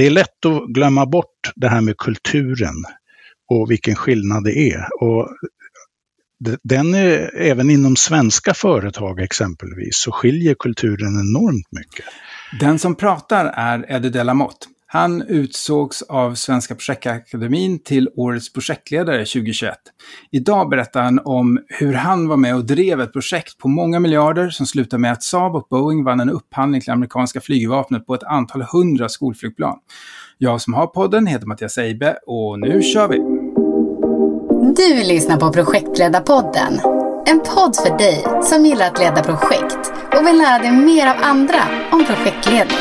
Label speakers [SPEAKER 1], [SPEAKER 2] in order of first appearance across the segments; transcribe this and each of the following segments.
[SPEAKER 1] det är lätt att glömma bort det här med kulturen och vilken skillnad det är. Och den är, även inom svenska företag exempelvis, så skiljer kulturen enormt mycket.
[SPEAKER 2] Den som pratar är Eddie Delamotte. Han utsågs av Svenska projektakademin till årets projektledare 2021. Idag berättar han om hur han var med och drev ett projekt på många miljarder som slutade med att Saab och Boeing vann en upphandling till amerikanska flygvapnet på ett antal 100 skolflygplan. Jag som har podden heter Mattias Eibe och nu kör vi!
[SPEAKER 3] Du lyssnar på Projektledarpodden. En podd för dig som gillar att leda projekt och vill lära dig mer av andra om projektledning.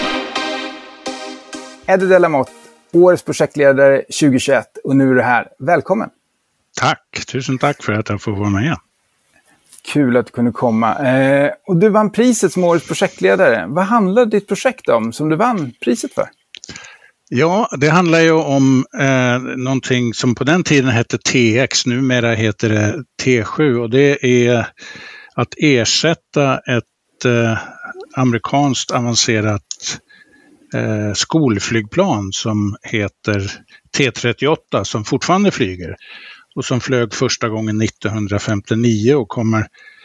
[SPEAKER 2] Eddie Delamotte, årets projektledare 2021 och nu är du här. Välkommen!
[SPEAKER 1] Tack! Tusen tack för att jag får vara med.
[SPEAKER 2] Kul att du kunde komma. Och du vann priset som årets projektledare. Vad handlar ditt projekt om som du vann priset för?
[SPEAKER 1] Ja, det handlar ju om någonting som på den tiden hette TX, numera heter det T7, och det är att ersätta ett amerikanskt avancerat skolflygplan som heter T-38 som fortfarande flyger och som flög första gången 1959 och kommer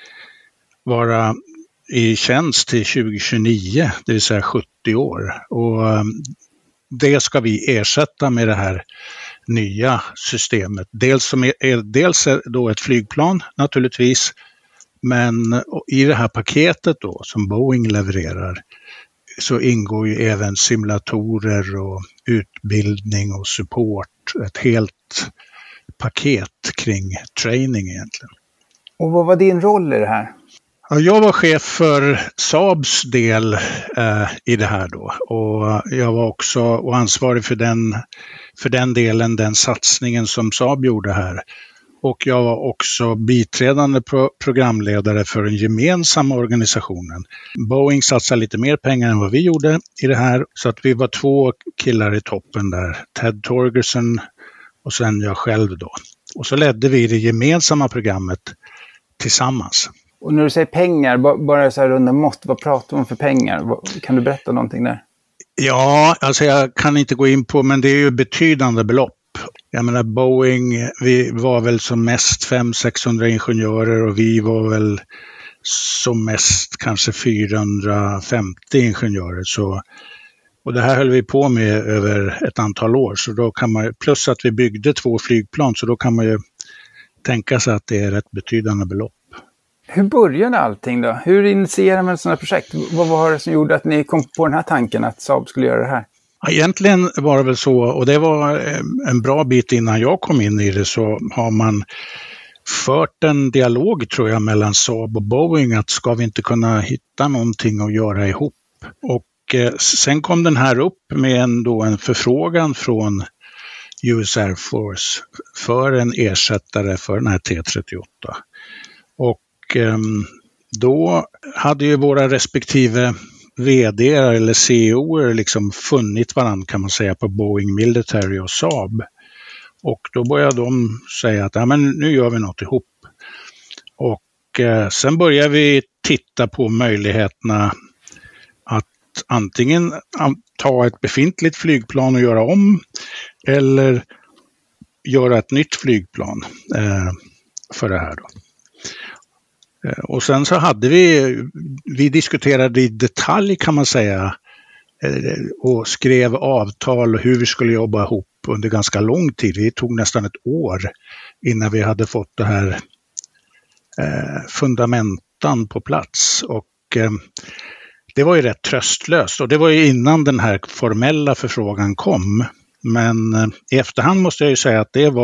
[SPEAKER 1] vara i tjänst till 2029, det vill säga 70 år. Och det ska vi ersätta med det här nya systemet. Dels är då ett flygplan naturligtvis, men i det här paketet då som Boeing levererar så ingår ju även simulatorer och utbildning och support. Ett helt paket kring training egentligen.
[SPEAKER 2] Och vad var din roll i det här?
[SPEAKER 1] Ja, jag var chef för Saabs del i det här då. Och jag var också ansvarig för den delen, den satsningen som Saab gjorde här. Och jag var också biträdande programledare för den gemensamma organisationen. Boeing satsade lite mer pengar än vad vi gjorde i det här. Så att vi var 2 killar i toppen där. Ted Torgerson och sen jag själv då. Och så ledde vi det gemensamma programmet tillsammans.
[SPEAKER 2] Och när du säger pengar, bara så här runda mått, vad pratar man för pengar? Kan du berätta någonting där?
[SPEAKER 1] Ja, alltså jag kan inte gå in på, men det är ju betydande belopp. Jag menar Boeing, vi var väl som mest 500-600 ingenjörer och vi var väl som mest kanske 450 ingenjörer. Och det här höll vi på med över ett antal år. Så då kan man, plus att vi byggde 2 flygplan, så då kan man ju tänka sig att det är ett betydande belopp.
[SPEAKER 2] Hur började allting då? Hur initierar man sådana projekt? Vad var det som gjorde att ni kom på den här tanken att Saab skulle göra det här?
[SPEAKER 1] Egentligen var det väl så, och det var en bra bit innan jag kom in i det, så har man fört en dialog tror jag mellan Saab och Boeing att ska vi inte kunna hitta någonting att göra ihop. Och sen kom den här upp med en förfrågan från US Air Force för en ersättare för den här T-38. Och då hade ju våra respektive vd eller CEOer liksom funnit varandra kan man säga på Boeing Military och Saab. Och då började de säga att ja, men nu gör vi något ihop. Och sen började vi titta på möjligheterna att antingen ta ett befintligt flygplan och göra om eller göra ett nytt flygplan för det här då. Och sen så hade vi diskuterade i detalj kan man säga och skrev avtal och hur vi skulle jobba ihop under ganska lång tid. Det tog nästan ett år innan vi hade fått det här fundamentan på plats. Och det var ju rätt tröstlöst och det var ju innan den här formella förfrågan kom. Men i efterhand måste jag ju säga att det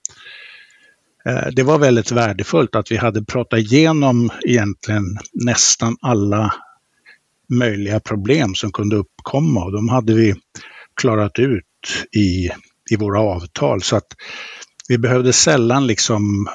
[SPEAKER 1] var väldigt värdefullt att vi hade pratat igenom egentligen nästan alla möjliga problem som kunde uppkomma och de hade vi klarat ut i våra avtal så att vi behövde sällan liksom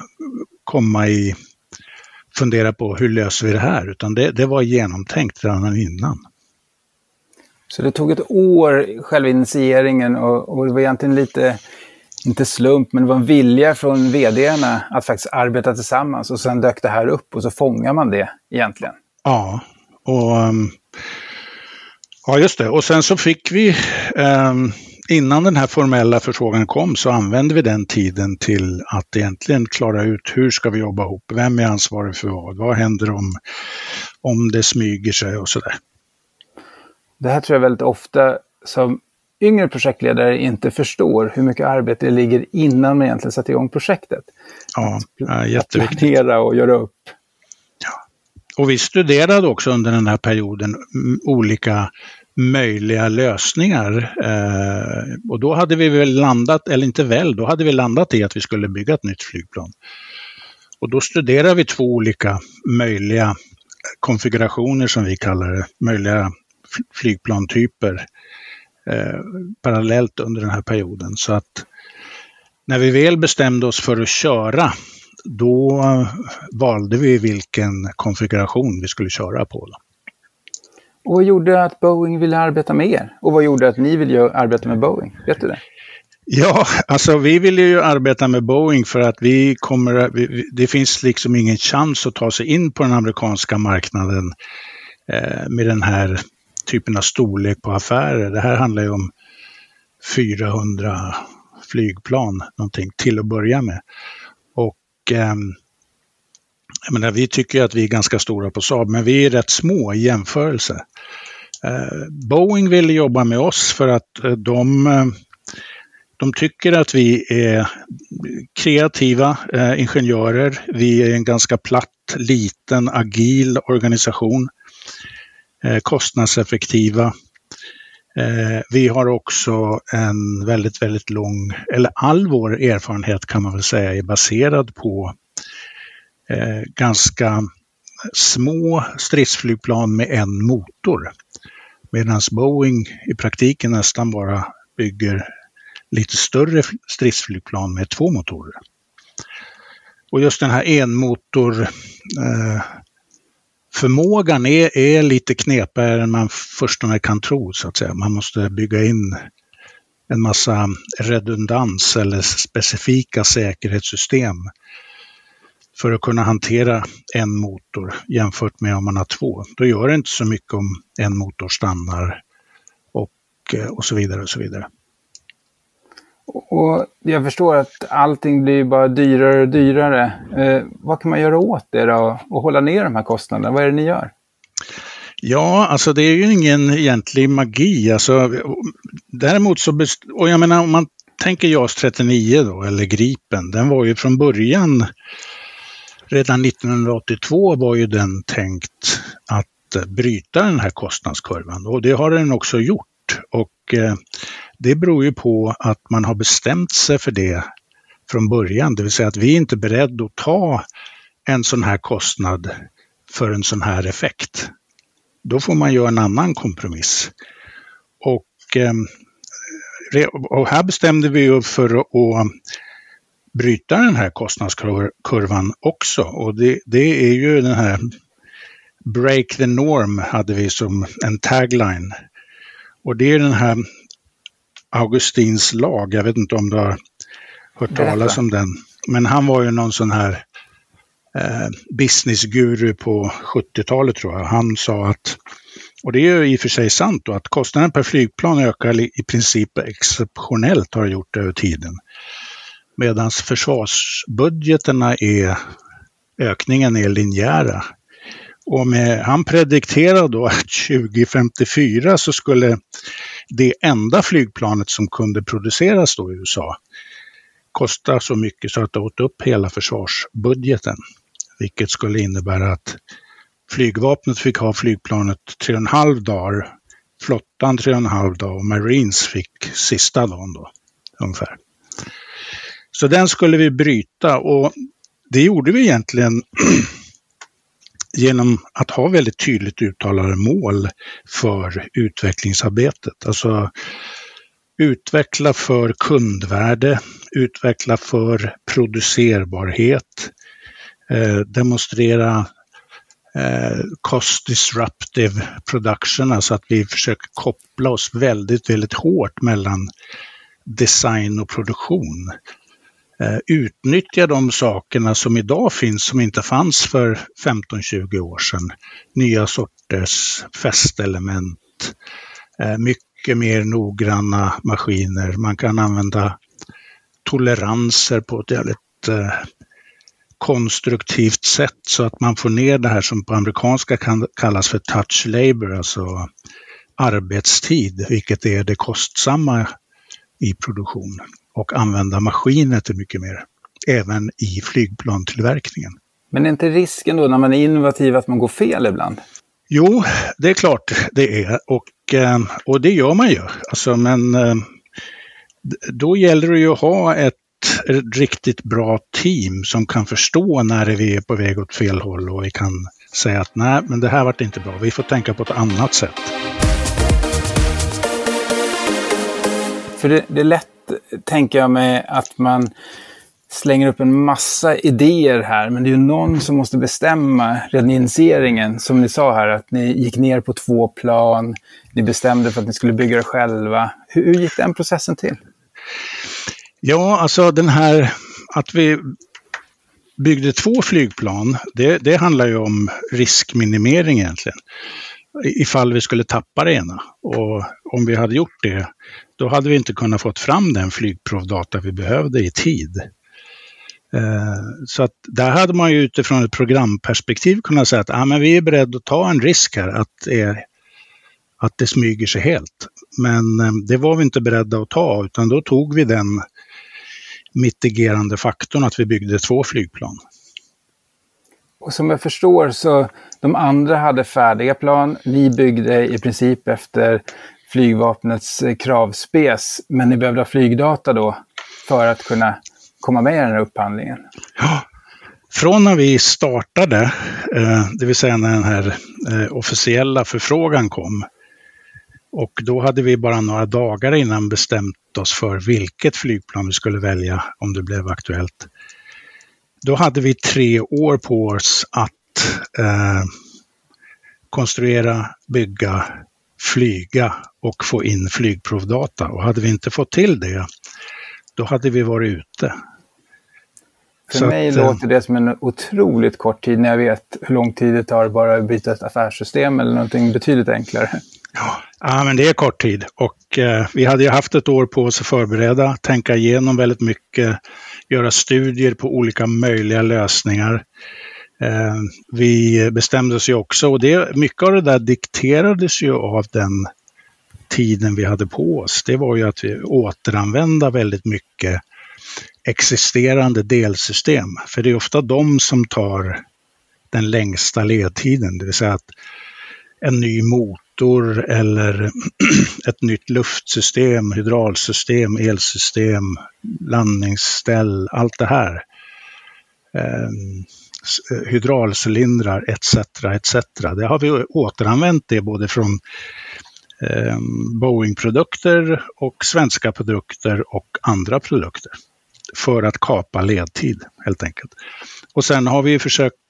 [SPEAKER 1] fundera på hur löser vi det här utan det var genomtänkt redan innan.
[SPEAKER 2] Så det tog ett år själva initieringen och det var egentligen lite inte slump, men det var en vilja från vdarna att faktiskt arbeta tillsammans och sen dök det här upp och så fångar man det egentligen.
[SPEAKER 1] Ja, och Ja, just det. Och sen så fick vi, innan den här formella förfrågan kom, så använde vi den tiden till att egentligen klara ut hur ska vi jobba ihop, vem är ansvarig för vad händer om det smyger sig och sådär.
[SPEAKER 2] Det här tror jag väldigt ofta som yngre projektledare inte förstår hur mycket arbete det ligger innan man egentligen sätter igång projektet.
[SPEAKER 1] Ja, jätteviktigt.
[SPEAKER 2] Planera och göra upp.
[SPEAKER 1] Ja. Och vi studerade också under den här perioden olika möjliga lösningar. Och då hade vi väl landat, eller inte väl, då hade vi landat i att vi skulle bygga ett nytt flygplan. Och då studerade vi 2 olika möjliga konfigurationer som vi kallar det, möjliga flygplantyper parallellt under den här perioden. Så att när vi väl bestämde oss för att köra, då valde vi vilken konfiguration vi skulle köra på.
[SPEAKER 2] Och vad gjorde att Boeing ville arbeta med er? Och vad gjorde att ni ville arbeta med Boeing? Vet du det?
[SPEAKER 1] Ja, alltså vi ville ju arbeta med Boeing för att det finns liksom ingen chans att ta sig in på den amerikanska marknaden med den här typen av storlek på affärer. Det här handlar ju om 400 flygplan någonting till att börja med. Och jag menar, vi tycker att vi är ganska stora på Saab, men vi är rätt små i jämförelse. Boeing ville jobba med oss för att de tycker att vi är kreativa ingenjörer. Vi är en ganska platt, liten, agil organisation. Kostnadseffektiva. Vi har också en väldigt, väldigt lång, eller all vår erfarenhet kan man väl säga är baserad på ganska små stridsflygplan med en motor. Medan Boeing i praktiken nästan bara bygger lite större stridsflygplan med 2 motorer. Och just den här förmågan är lite knepigare än man först kan tro, så att säga. Man måste bygga in en massa redundans eller specifika säkerhetssystem för att kunna hantera en motor jämfört med om man har 2. Då gör det inte så mycket om en motor stannar och så vidare och så vidare.
[SPEAKER 2] Och jag förstår att allting blir bara dyrare och dyrare. Vad kan man göra åt det då och hålla ner de här kostnaderna? Vad är det ni gör?
[SPEAKER 1] Ja, alltså det är ju ingen egentlig magi. Alltså, däremot och jag menar, om man tänker JAS 39 då, eller Gripen, den var ju från början, redan 1982 var ju den tänkt att bryta den här kostnadskurvan, och det har den också gjort. Och det beror ju på att man har bestämt sig för det från början. Det vill säga att vi är inte beredda att ta en sån här kostnad för en sån här effekt. Då får man göra en annan kompromiss. Och här bestämde vi ju för att bryta den här kostnadskurvan också. Och det är ju den här break the norm hade vi som en tagline. Och det är den här Augustins lag. Jag vet inte om du har hört talas om den. Men han var ju någon sån här businessguru på 70-talet tror jag. Han sa att, och det är ju i och för sig sant då, att kostnaden per flygplan ökar i princip exceptionellt, har gjort över tiden. Medan försvarsbudgeterna ökningen är linjära. Och han predikterade då att 2054 så skulle det enda flygplanet som kunde produceras då i USA kosta så mycket så att det åt upp hela försvarsbudgeten. Vilket skulle innebära att flygvapnet fick ha flygplanet 3,5 dagar, flottan 3,5 dagar och Marines fick sista dagen då ungefär. Så den skulle vi bryta, och det gjorde vi egentligen genom att ha väldigt tydligt uttalade mål för utvecklingsarbetet. Alltså utveckla för kundvärde, utveckla för producerbarhet, demonstrera cost disruptive production, alltså att vi försöker koppla oss väldigt, väldigt hårt mellan design och produktion. Utnyttja de sakerna som idag finns som inte fanns för 15-20 år sedan. Nya sorters fästelement, mycket mer noggranna maskiner. Man kan använda toleranser på ett väldigt konstruktivt sätt så att man får ner det här som på amerikanska kan kallas för touch labor, alltså arbetstid, vilket är det kostsamma i produktionen, och använda maskiner till mycket mer, även i flygplantillverkningen. Men
[SPEAKER 2] är inte risken då när man är innovativ att man går fel ibland?
[SPEAKER 1] Jo, det är klart det är, och det gör man ju. Alltså, men då gäller det ju att ha ett riktigt bra team som kan förstå när vi är på väg åt fel håll, och vi kan säga att nej, men det här var inte bra, vi får tänka på ett annat sätt.
[SPEAKER 2] För det är lätt, tänker jag mig, att man slänger upp en massa idéer här, men det är ju någon som måste bestämma redan initieringen. Som ni sa här, att ni gick ner på 2 plan, ni bestämde för att ni skulle bygga det själva. Hur gick den processen till?
[SPEAKER 1] Ja, alltså den här att vi byggde 2 flygplan, det handlar ju om riskminimering egentligen. Ifall vi skulle tappa det ena. Och om vi hade gjort det, då hade vi inte kunnat få fram den flygprovdata vi behövde i tid. Så att där hade man ju utifrån ett programperspektiv kunnat säga att men vi är beredda att ta en risk här att det smyger sig helt. Men det var vi inte beredda att ta, utan då tog vi den mitigerande faktorn att vi byggde 2 flygplan.
[SPEAKER 2] Och som jag förstår så de andra hade färdiga plan. Ni byggde i princip efter flygvapnets kravspec, men ni behövde ha flygdata då för att kunna komma med i den här upphandlingen.
[SPEAKER 1] Ja, från när vi startade, det vill säga när den här officiella förfrågan kom, och då hade vi bara några dagar innan bestämt oss för vilket flygplan vi skulle välja om det blev aktuellt. Då hade vi 3 år på oss att konstruera, bygga, flyga och få in flygprovdata. Och hade vi inte fått till det, då hade vi varit ute.
[SPEAKER 2] För mig låter det som en otroligt kort tid när jag vet hur lång tid det tar bara att byta ett affärssystem eller någonting betydligt enklare.
[SPEAKER 1] Ja, men det är kort tid, och vi hade ju haft ett år på oss att förbereda, tänka igenom väldigt mycket, göra studier på olika möjliga lösningar. Vi bestämde oss ju också, och mycket av det där dikterades ju av den tiden vi hade på oss. Det var ju att vi återanvända väldigt mycket existerande delsystem, för det är ofta de som tar den längsta ledtiden, det vill säga att en ny motor eller ett nytt luftsystem, hydraulsystem, elsystem, landningsställ, allt det här. Hydraulcylindrar etc. Det har vi återanvänt det både från Boeing-produkter och svenska produkter och andra produkter för att kapa ledtid helt enkelt. Och sen har vi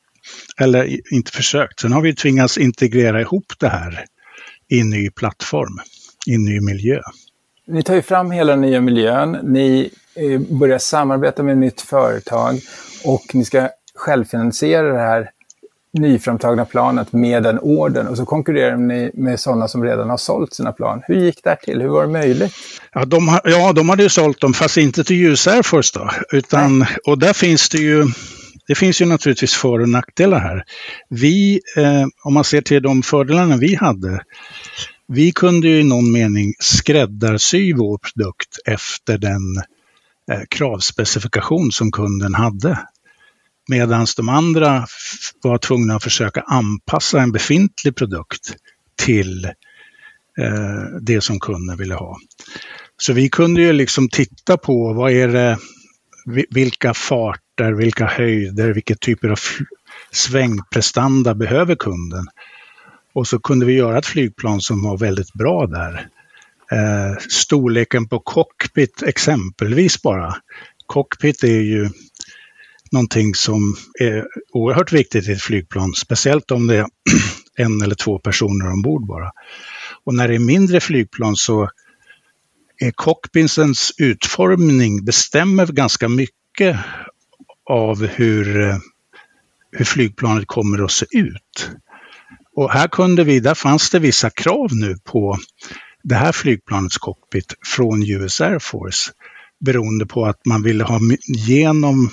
[SPEAKER 1] sen har vi tvingats integrera ihop det här i en ny plattform, i en ny miljö.
[SPEAKER 2] Ni tar ju fram hela den nya miljön, ni börjar samarbeta med ett nytt företag och ni ska självfinansiera det här nyframtagna planet med den orden, och så konkurrerar ni med sådana som redan har sålt sina plan. Hur gick det här till? Hur var det möjligt? Ja,
[SPEAKER 1] de hade ju sålt dem, fast inte till US Air Force då, och där finns det finns ju naturligtvis för- och nackdelar här. Om man ser till de fördelarna vi hade, vi kunde ju i någon mening skräddarsy vår produkt efter den kravspecifikation som kunden hade. Medan de andra var tvungna att försöka anpassa en befintlig produkt till det som kunden ville ha. Så vi kunde ju liksom titta på vilka farter, vilka höjder, vilka typer av svängprestanda behöver kunden. Och så kunde vi göra ett flygplan som var väldigt bra där. Storleken på cockpit exempelvis bara. Cockpit är ju någonting som är oerhört viktigt i ett flygplan, speciellt om det är 1 eller 2 personer ombord bara. Och när det är mindre flygplan så är cockpitens utformning bestämmer ganska mycket av hur flygplanet kommer att se ut. Och där fanns det vissa krav nu på det här flygplanets cockpit från US Air Force, beroende på att man ville ha genom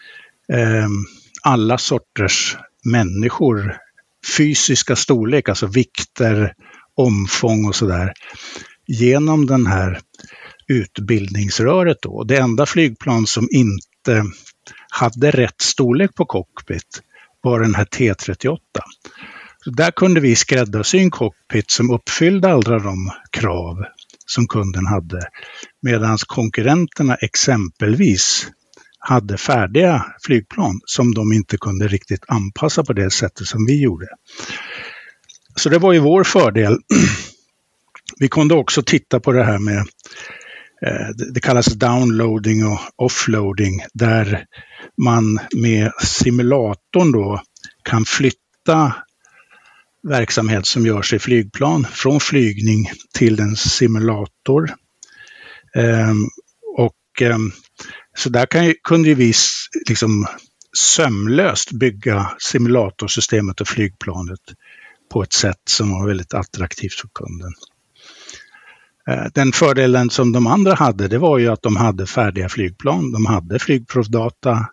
[SPEAKER 1] alla sorters människor, fysiska storlek, alltså vikter, omfång och sådär, genom den här utbildningsröret då. Och det enda flygplan som inte hade rätt storlek på cockpit var den här T-38. Så där kunde vi skräddarsy en cockpit som uppfyllde alla de krav som kunden hade, medan konkurrenterna exempelvis hade färdiga flygplan som de inte kunde riktigt anpassa på det sättet som vi gjorde. Så det var ju vår fördel. Vi kunde också titta på det här med, det kallas downloading och offloading, där man med simulatorn då kan flytta verksamhet som görs i flygplan från flygning till en simulator. Så där kunde vi liksom sömlöst bygga simulatorsystemet och flygplanet på ett sätt som var väldigt attraktivt för kunden. Den fördelen som de andra hade, det var ju att de hade färdiga flygplan, de hade flygprovdata,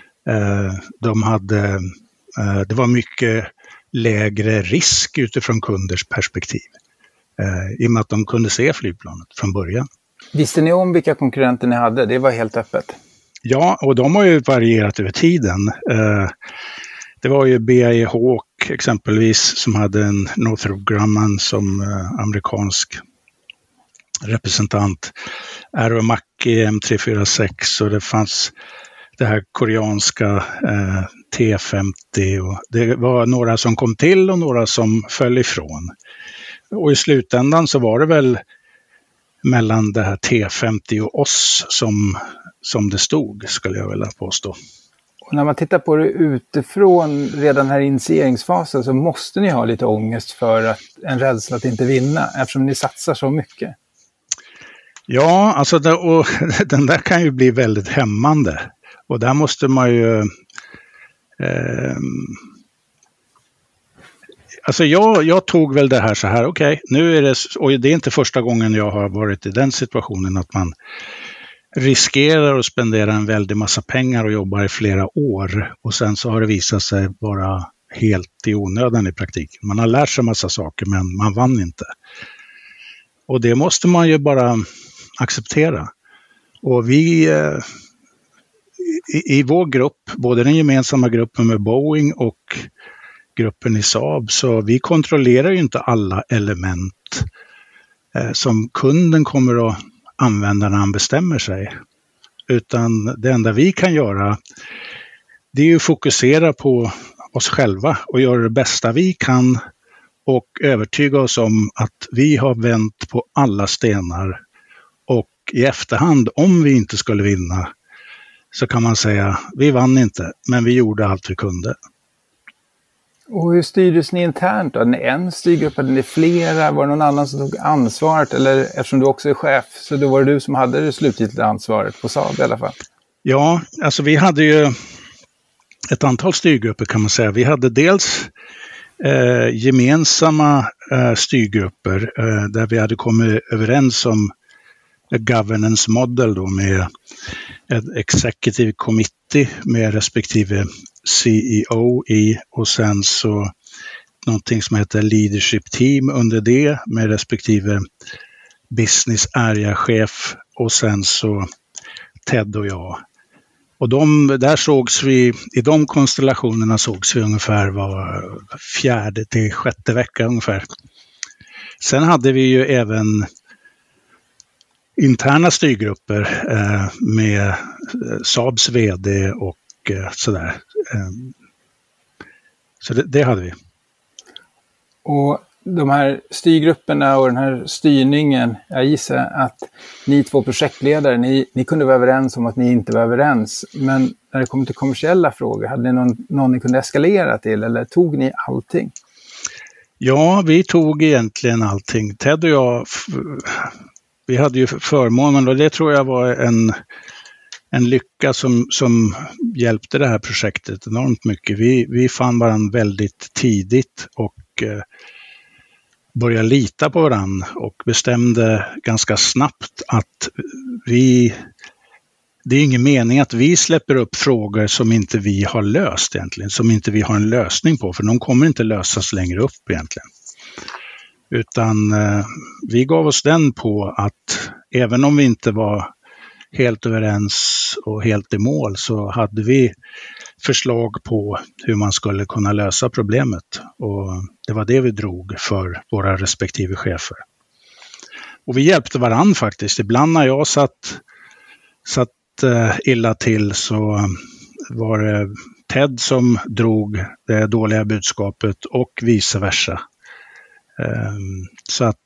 [SPEAKER 1] det var mycket lägre risk utifrån kunders perspektiv, i och med att de kunde se flygplanet från början.
[SPEAKER 2] Visste ni om vilka konkurrenter ni hade? Det var helt öppet.
[SPEAKER 1] Ja, och de har ju varierat över tiden. Det var ju BAE Hawk exempelvis som hade en Northrop Grumman som amerikansk representant. Aeromacchi M346 och det fanns det här koreanska T50 och det var några som kom till och några som föll ifrån. Och i slutändan så var det väl mellan det här T50 och oss som det stod, skulle jag vilja påstå.
[SPEAKER 2] Och när man tittar på det utifrån redan här initieringsfasen så måste ni ha lite ångest för en rädsla att inte vinna eftersom ni satsar så mycket. Ja, alltså den där kan ju bli väldigt hämmande. Och där måste man ju... Alltså jag tog väl det här så här, okej, nu är det... Och det är inte första gången jag har varit i den situationen att man riskerar att spendera en väldig massa pengar och jobbar i flera år. Och sen så har det visat sig vara helt i onödan i praktiken. Man har lärt sig en massa saker men man vann inte. Och det måste man ju bara acceptera. Och vi i vår grupp, både den gemensamma gruppen med Boeing och gruppen i Saab, så vi kontrollerar ju inte alla element som kunden kommer att använda när han bestämmer sig. Utan det enda vi kan göra, det är ju fokusera på oss själva och göra det bästa vi kan och övertyga oss om att vi har vänt på alla stenar. Och i efterhand, om vi inte skulle vinna, så kan man säga, vi vann inte, men vi gjorde allt vi kunde. Och hur styrdes ni internt då? Hade ni en styrgrupp, hade ni flera? Var det någon annan som tog ansvaret? Eller eftersom du också är chef, så då var det du som hade det slutgiltiga ansvaret på Saab i alla fall? Ja, alltså vi hade ju ett antal styrgrupper kan man säga. Vi hade dels
[SPEAKER 1] gemensamma styrgrupper där vi hade kommit överens om governance model då med ett executive committee med respektive CEO i och sen så någonting som heter leadership team under det med respektive business area-chef och sen så Ted och jag. Och där sågs vi, i de konstellationerna sågs vi ungefär var 4:e till 6:e vecka ungefär. Sen hade vi ju även interna styrgrupper med Saabs vd och sådär. Så det hade vi. Och de här styrgrupperna och den här styrningen, jag gissar att ni två projektledare, ni kunde vara överens om att ni inte var överens. Men när det kom till kommersiella frågor, hade ni någon ni kunde eskalera till eller tog ni allting? Ja, vi tog egentligen allting. Ted och jag, vi hade ju förmånen och det tror jag var en lycka som hjälpte det här projektet enormt mycket. Vi fann varandra väldigt tidigt och började lita på varandra och bestämde ganska snabbt att det är ingen mening att vi släpper upp frågor som inte vi har löst egentligen, som inte vi har en lösning på, för de kommer inte lösas längre upp egentligen. Utan vi gav oss den på att även om vi inte var helt överens och helt i mål, så hade vi förslag på hur man skulle kunna lösa problemet. Och det var det vi drog för våra respektive chefer. Och vi hjälpte varann faktiskt. Ibland när jag satt illa till så var det Ted som drog det dåliga budskapet och vice versa. Så att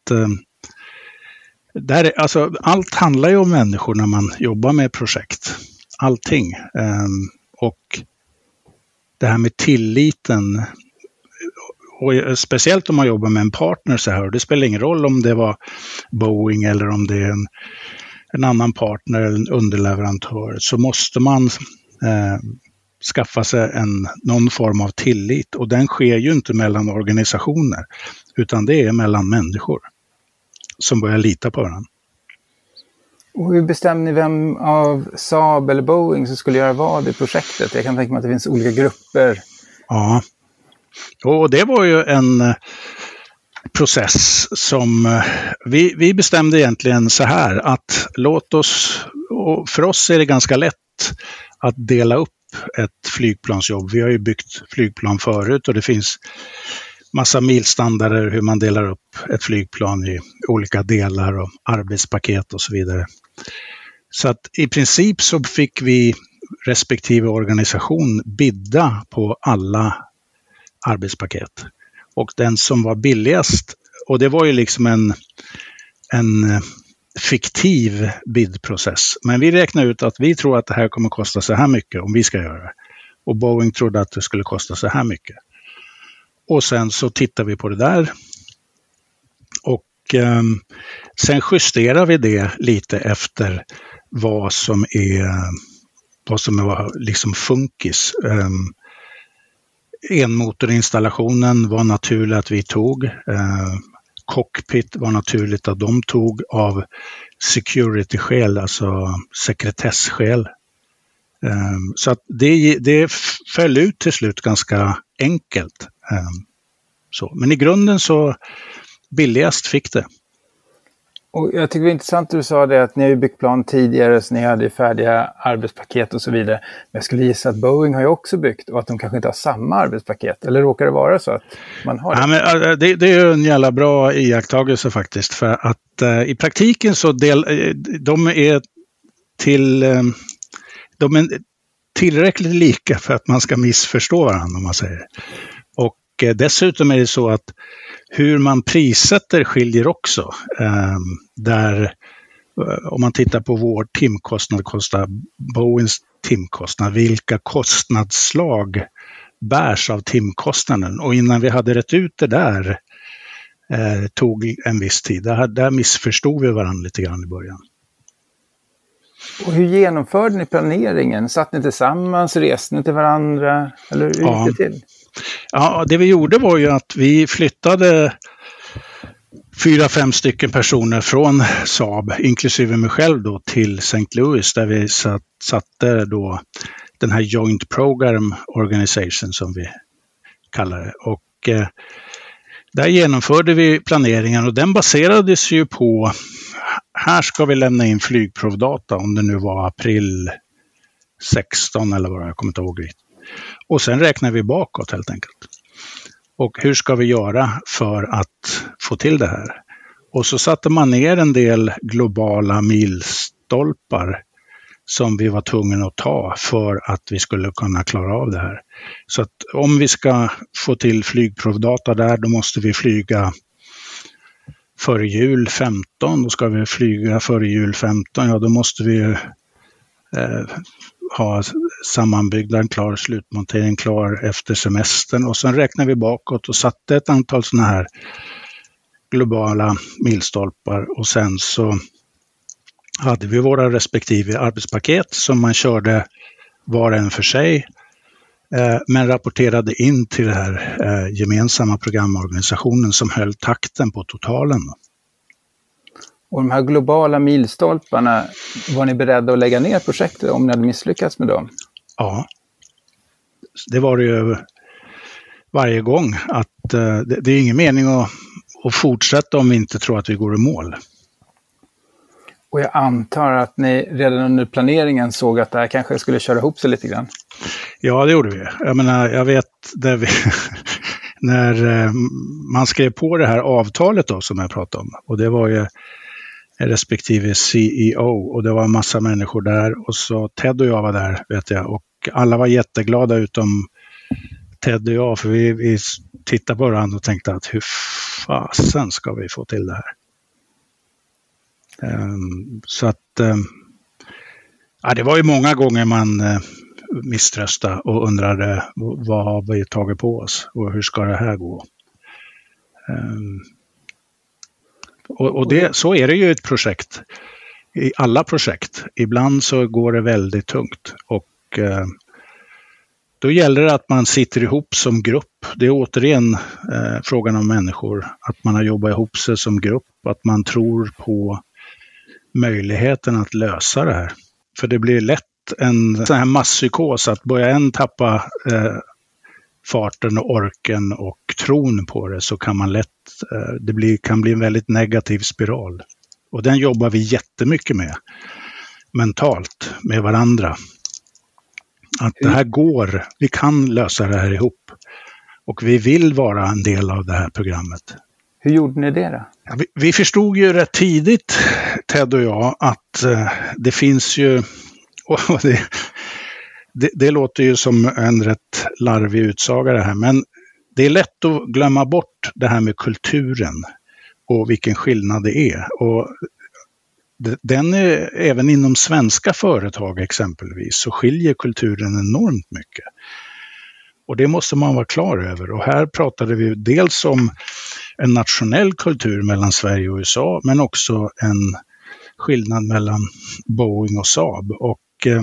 [SPEAKER 1] alltså, allt handlar ju om människor när man jobbar med projekt. Allting. Och det här med tilliten, och speciellt om man jobbar med en partner så här, det spelar ingen roll om det var Boeing eller om det är en annan partner eller en underleverantör, så måste man skaffa sig någon form av tillit, och den sker ju inte mellan organisationer utan det är mellan människor som börjar lita på varandra.
[SPEAKER 2] Och hur bestämde ni vem av Saab eller Boeing som skulle göra vad i projektet? Jag kan tänka mig att det finns olika grupper.
[SPEAKER 1] Ja, och det var ju en process som vi bestämde egentligen så här, att låt oss, och för oss är det ganska lätt att dela upp ett flygplansjobb. Vi har ju byggt flygplan förut och det finns massa milstandarder hur man delar upp ett flygplan i olika delar och arbetspaket och så vidare. Så att i princip så fick vi respektive organisation bidda på alla arbetspaket. Och den som var billigast, och det var ju liksom en fiktiv bidprocess. Men vi räknade ut att vi tror att det här kommer kosta så här mycket om vi ska göra det. Och Boeing trodde att det skulle kosta så här mycket. Och sen så tittar vi på det där. Och sen justerar vi det lite efter vad som är liksom funkis. Enmotorinstallationen var naturligt att vi tog. Cockpit var naturligt att de tog av security-skäl, alltså sekretessskäl. Så att det föll ut till slut ganska enkelt. Så. Men i grunden så billigast fick det.
[SPEAKER 2] Och jag tycker det är intressant att du sa det att ni har ju byggt plan tidigare så ni hade färdiga arbetspaket och så vidare. Men jag skulle gissa att Boeing har ju också byggt och att de kanske inte har samma arbetspaket. Eller råkar det vara så att man har det? Ja,
[SPEAKER 1] men det är ju en jävla bra iakttagelse faktiskt. För att i praktiken så de är tillräckligt lika för att man ska missförstå varandra om man säger. Och dessutom är det så att hur man prissätter skiljer också. Där om man tittar på vår timkostnad kostar Boeings timkostnad. Vilka kostnadsslag bärs av timkostnaden? Och innan vi hade rätt ut det där tog en viss tid. Där missförstod vi varandra lite grann i början.
[SPEAKER 2] Och hur genomförde ni planeringen? Satt ni tillsammans, reste ni till varandra? Eller hur gick det till?
[SPEAKER 1] Ja, det vi gjorde var ju att vi flyttade 4-5 stycken personer från Saab, inklusive mig själv då, till St. Louis där vi satte då den här Joint Program Organization som vi kallar det. Och där genomförde vi planeringen och den baserades ju på, här ska vi lämna in flygprovdata om det nu var april 16 eller vad jag kommer inte ihåg riktigt. Och sen räknar vi bakåt helt enkelt. Och hur ska vi göra för att få till det här? Och så satte man ner en del globala milstolpar som vi var tvungna att ta för att vi skulle kunna klara av det här. Så att om vi ska få till flygprovdata där, då måste vi flyga före jul 15. Då ska vi flyga före jul 15, ja då måste vi ha sammanbyggnaden klar, slutmontering klar efter semestern och sen räknar vi bakåt och satte ett antal sådana här globala milstolpar och sen så hade vi våra respektive arbetspaket som man körde var en för sig men rapporterade in till den här gemensamma programorganisationen som höll takten på totalen.
[SPEAKER 2] Och de här globala milstolparna, var ni beredda att lägga ner projektet om ni hade misslyckats med dem?
[SPEAKER 1] Ja, det var det ju varje gång. Att det är ingen mening att fortsätta om vi inte tror att vi går i mål.
[SPEAKER 2] Och jag antar att ni redan under planeringen såg att det här kanske skulle köra ihop sig lite grann.
[SPEAKER 1] Ja, det gjorde vi. Jag vet när man skrev på det här avtalet då, som jag pratade om. Och det var ju respektive CEO och det var en massa människor där. Och så Ted och jag var där, vet jag. Och alla var jätteglada utom Ted och jag. För vi tittade på varandra och tänkte att hur fasen ska vi få till det här? Så att det var ju många gånger man misströstade och undrade vad har vi tagit på oss och hur ska det här gå? Och så är det ju ett projekt. I alla projekt. Ibland så går det väldigt tungt och då gäller det att man sitter ihop som grupp. Det är återigen frågan om människor. Att man har jobbat ihop sig som grupp. Att man tror på möjligheten att lösa det här. För det blir lätt en sån här masspsykos att börja en tappa farten och orken och tron på det, så kan man lätt, kan bli en väldigt negativ spiral. Och den jobbar vi jättemycket med mentalt med varandra. Att det här går, vi kan lösa det här ihop. Och vi vill vara en del av det här programmet.
[SPEAKER 2] Hur gjorde ni det då?
[SPEAKER 1] Ja, vi förstod ju rätt tidigt, Ted och jag, att det finns ju, och det låter ju som en rätt larvig utsaga det här, men det är lätt att glömma bort det här med kulturen och vilken skillnad det är. Och den är, även inom svenska företag exempelvis, så skiljer kulturen enormt mycket. Och det måste man vara klar över. Och här pratade vi dels om en nationell kultur mellan Sverige och USA, men också en skillnad mellan Boeing och Saab. Och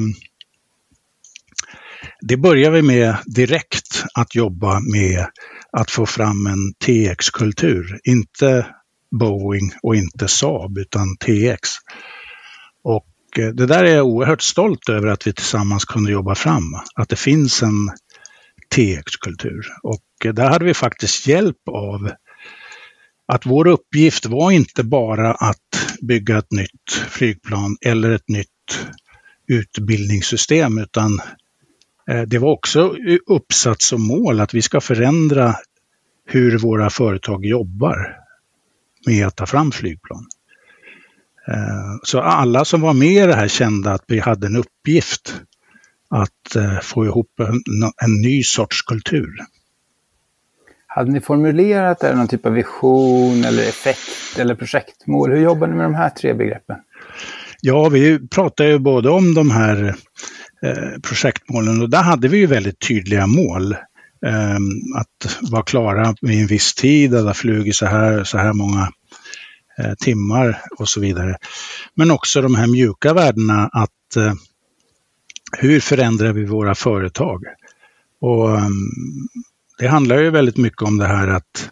[SPEAKER 1] det börjar vi med direkt, att jobba med att få fram en TX-kultur. Inte Boeing och inte Saab, utan TX. Och det där är jag oerhört stolt över, att vi tillsammans kunde jobba fram. Att det finns en TX-kultur. Och där hade vi faktiskt hjälp av att vår uppgift var inte bara att bygga ett nytt flygplan eller ett nytt utbildningssystem, utan det var också uppsatt som mål att vi ska förändra hur våra företag jobbar med att ta fram flygplan. Så alla som var med i det här kände att vi hade en uppgift att få ihop en ny sorts kultur.
[SPEAKER 2] Hade ni formulerat någon typ av vision eller effekt eller projektmål? Hur jobbar ni med de här 3 begreppen? Ja, vi pratar ju både om de här projektmålen, och där hade vi ju väldigt tydliga mål. Att vara klara vid en viss tid, att ha flugit så här många timmar och så vidare. Men också de här mjuka värdena, att hur förändrar vi våra företag? Och det handlar ju väldigt mycket om det här att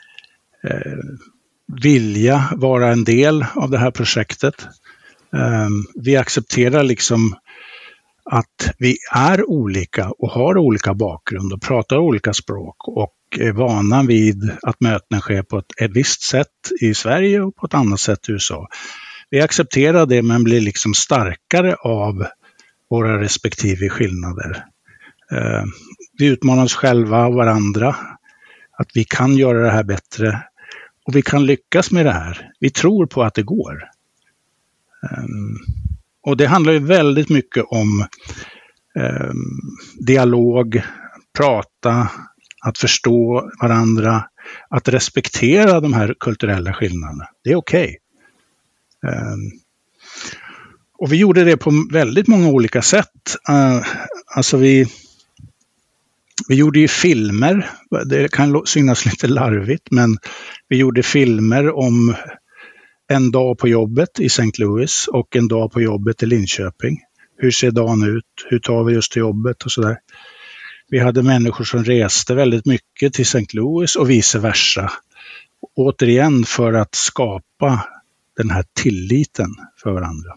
[SPEAKER 2] vilja vara en del av det här projektet. Vi accepterar liksom att vi är olika och har olika bakgrund och pratar olika språk och är vana vid att möten sker på ett visst sätt i Sverige och på ett annat sätt i USA. Vi accepterar det, men blir liksom starkare av våra respektive skillnader. Vi utmanar oss själva och varandra, att vi kan göra det här bättre och vi kan lyckas med det här. Vi tror på att det går. Och det handlar ju väldigt mycket om dialog, prata, att förstå varandra, att respektera de här kulturella skillnaderna. Det är okej. Och vi gjorde det på väldigt många olika sätt. Alltså vi gjorde ju filmer, det kan synas lite larvigt, men vi gjorde filmer om en dag på jobbet i St. Louis och en dag på jobbet i Linköping. Hur ser dagen ut? Hur tar vi oss till jobbet och sådär.
[SPEAKER 1] Vi hade människor som reste väldigt mycket till St. Louis och vice versa. Återigen för att skapa den här tilliten för varandra.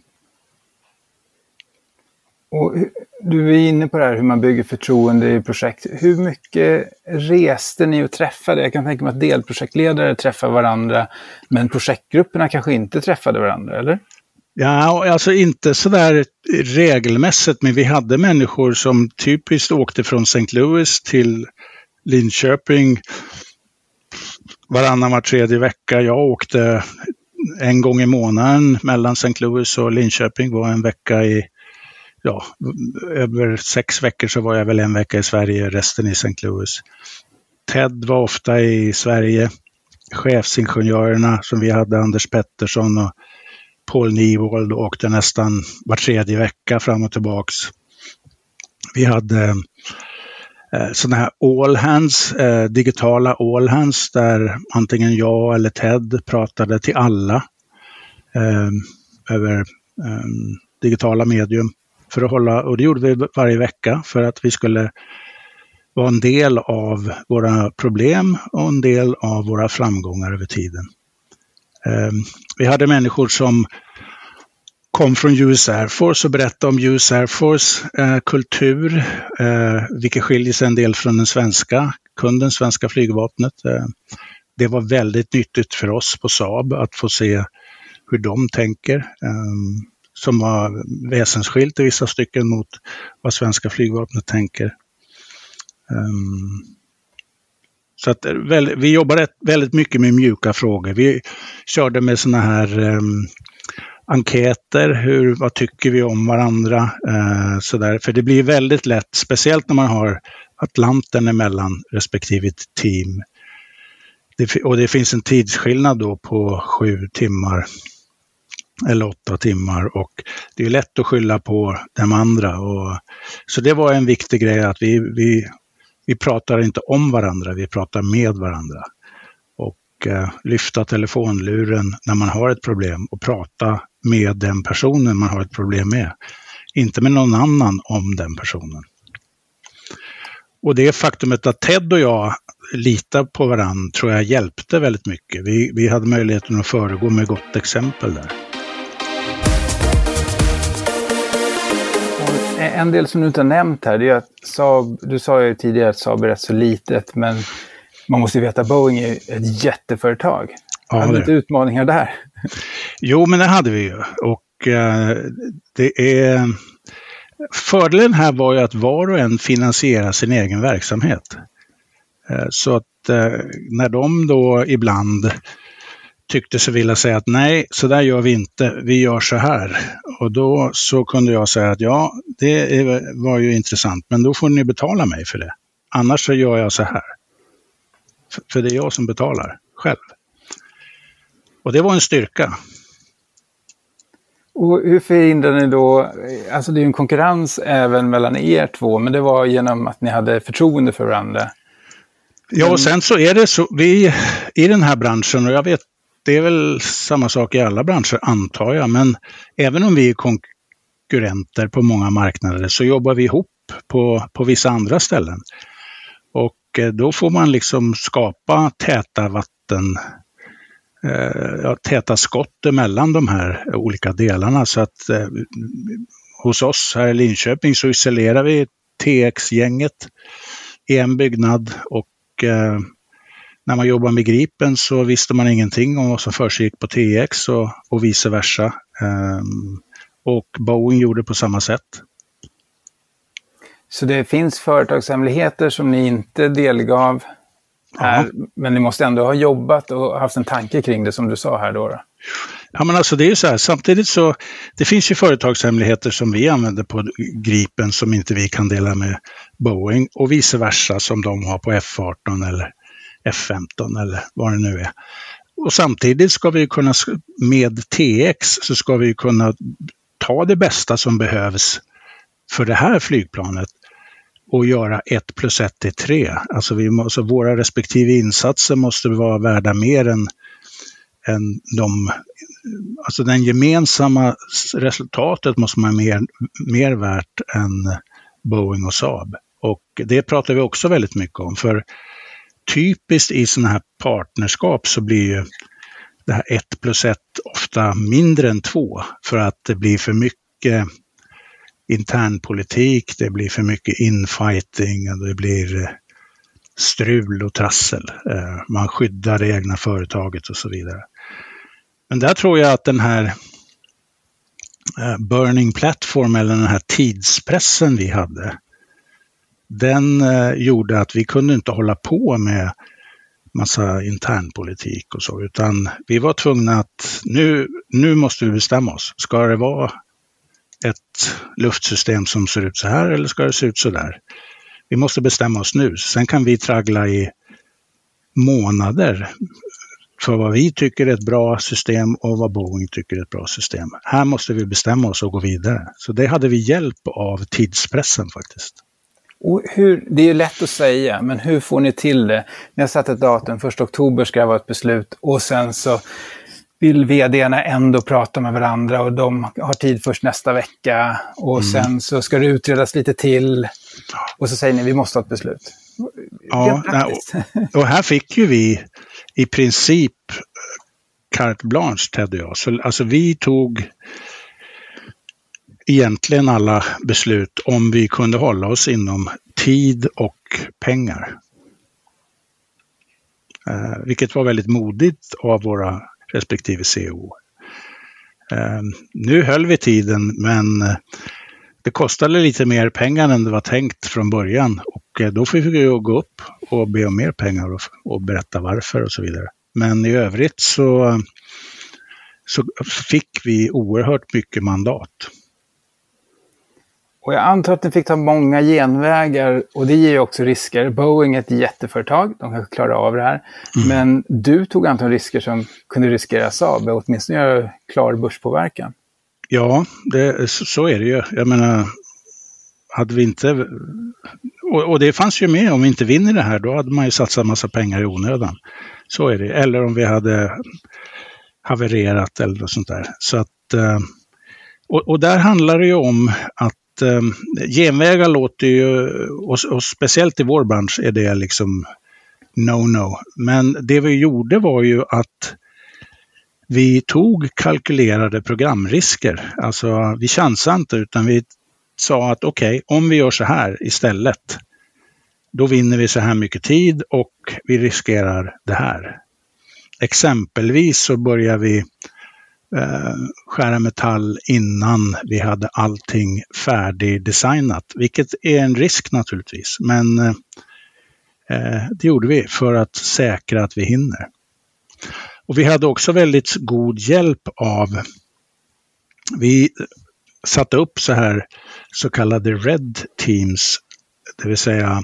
[SPEAKER 2] Och du är inne på det här hur man bygger förtroende i projekt. Hur mycket reste ni och träffade? Jag kan tänka mig att delprojektledare träffar varandra, men projektgrupperna kanske inte träffade varandra, eller?
[SPEAKER 1] Ja, alltså inte sådär regelmässigt, men vi hade människor som typiskt åkte från St. Louis till Linköping varannan var tredje vecka. Jag åkte en gång i månaden mellan St. Louis och Linköping, var en vecka över 6 veckor så var jag väl en vecka i Sverige, resten i St. Louis. Ted var ofta i Sverige. Chefsingenjörerna som vi hade, Anders Pettersson och Paul Newald, åkte nästan var tredje vecka fram och tillbaks. Vi hade sådana här all hands, digitala all hands där antingen jag eller Ted pratade till alla över digitala medium för att hålla, och det gjorde vi varje vecka för att vi skulle vara en del av våra problem och en del av våra framgångar över tiden. Vi hade människor som kom från US Air Force och berättade om US Air Force kultur, vilket skiljer sig en del från den svenska flygvapnet. Det var väldigt nyttigt för oss på Saab att få se hur de tänker, som var väsensskilt i vissa stycken mot vad svenska flygvapnet tänker. Så att vi jobbar väldigt mycket med mjuka frågor. Vi körde med såna här enkäter, vad tycker vi om varandra, sådär. För det blir väldigt lätt, speciellt när man har Atlanten emellan respektive team. Och det finns en tidsskillnad då på 7 timmar eller 8 timmar, och det är lätt att skylla på de andra. Så det var en viktig grej att vi pratar inte om varandra, vi pratar med varandra. Och lyfta telefonluren när man har ett problem och prata med den personen man har ett problem med. Inte med någon annan om den personen. Och det faktumet att Ted och jag litar på varandra tror jag hjälpte väldigt mycket. Vi hade möjligheten att föregå med gott exempel där.
[SPEAKER 2] En del som du inte har nämnt här, det är att Saab, du sa ju tidigare att Saab är rätt så litet, men man måste ju veta att Boeing är ett jätteföretag.
[SPEAKER 1] Ja,
[SPEAKER 2] hade inte utmaningar där?
[SPEAKER 1] Jo, men det hade vi ju. Och fördelen här var ju att var och en finansierar sin egen verksamhet. Så att när de då ibland tyckte sig vilja säga att nej, så där gör vi inte, vi gör så här. Och då så kunde jag säga att ja, det var ju intressant, men då får ni betala mig för det. Annars så gör jag så här. För det är jag som betalar själv. Och det var en styrka.
[SPEAKER 2] Och hur förhindrar ni då, alltså det är ju en konkurrens även mellan er två, men det var genom att ni hade förtroende för varandra.
[SPEAKER 1] Ja, och sen så är det så, vi i den här branschen, och jag vet, det är väl samma sak i alla branscher antar jag, men även om vi är konkurrenter på många marknader så jobbar vi ihop på vissa andra ställen. Och då får man liksom skapa täta skott mellan de här olika delarna. Så att hos oss här i Linköping så isolerar vi TX-gänget i en byggnad, och när man jobbar med Gripen så visste man ingenting om vad som försiggick på TX och vice versa. Och Boeing gjorde på samma sätt. Så
[SPEAKER 2] det finns företagshemligheter som ni inte delgav här, men ni måste ändå ha jobbat och haft en tanke kring det som du sa här då?
[SPEAKER 1] Ja, men alltså det är ju så här, samtidigt så det finns ju företagshemligheter som vi använder på Gripen som inte vi kan dela med Boeing, och vice versa som de har på F-18 eller F-15 eller vad det nu är. Och samtidigt ska vi kunna, med TX så ska vi kunna ta det bästa som behövs för det här flygplanet och göra 1 + 1 är 3. Alltså våra respektive insatser måste vara värda mer än alltså den gemensamma resultatet måste vara mer värt än Boeing och Saab. Och det pratar vi också väldigt mycket om, för typiskt i sådana här partnerskap så blir ju det här 1+1 ofta mindre än 2 för att det blir för mycket internpolitik, det blir för mycket infighting och det blir strul och trassel. Man skyddar det egna företaget och så vidare. Men där tror jag att den här burning platform eller den här tidspressen vi hade, den gjorde att vi kunde inte hålla på med massa internpolitik och så, utan vi var tvungna att nu måste vi bestämma oss. Ska det vara ett luftsystem som ser ut så här eller ska det se ut så där? Vi måste bestämma oss nu. Sen kan vi traggla i månader för vad vi tycker är ett bra system och vad Boeing tycker är ett bra system. Här måste vi bestämma oss och gå vidare. Så det hade vi hjälp av tidspressen faktiskt.
[SPEAKER 2] Och det är ju lätt att säga, men hur får ni till det? Ni har satt ett datum, 1 oktober ska det vara ett beslut och sen så vill vd:arna ändå prata med varandra och de har tid först nästa vecka och sen så ska det utredas lite till och så säger ni vi måste ha ett beslut.
[SPEAKER 1] Ja, och här fick ju vi i princip carte blanche, Ted och jag. Så, alltså vi tog egentligen alla beslut om vi kunde hålla oss inom tid och pengar. Vilket var väldigt modigt av våra respektive CEO. Nu höll vi tiden, men det kostade lite mer pengar än det var tänkt från början. Och då fick vi gå upp och be om mer pengar och berätta varför och så vidare. Men i övrigt så fick vi oerhört mycket mandat.
[SPEAKER 2] Och jag antar att ni fick ta många genvägar och det ger ju också risker. Boeing är ett jätteföretag, de kan klara av det här. Men du tog antal risker som kunde riskera Saab och åtminstone göra klar börspåverkan.
[SPEAKER 1] Ja, så är det ju. Jag menar, hade vi inte... Och det fanns ju med, om vi inte vinner det här, då hade man ju satsat massa pengar i onödan. Så är det. Eller om vi hade havererat eller något sånt där. Så att, och där handlar det ju om att genvägar låter ju, och speciellt i vår bransch är det liksom no. Men det vi gjorde var ju att vi tog kalkylerade programrisker. Alltså vi chansade inte utan vi sa att okej, om vi gör så här istället, då vinner vi så här mycket tid och vi riskerar det här. Exempelvis så börjar vi skära metall innan vi hade allting färdigdesignat, vilket är en risk naturligtvis, men det gjorde vi för att säkra att vi hinner. Och vi hade också väldigt god hjälp av, vi satte upp så kallade red teams, det vill säga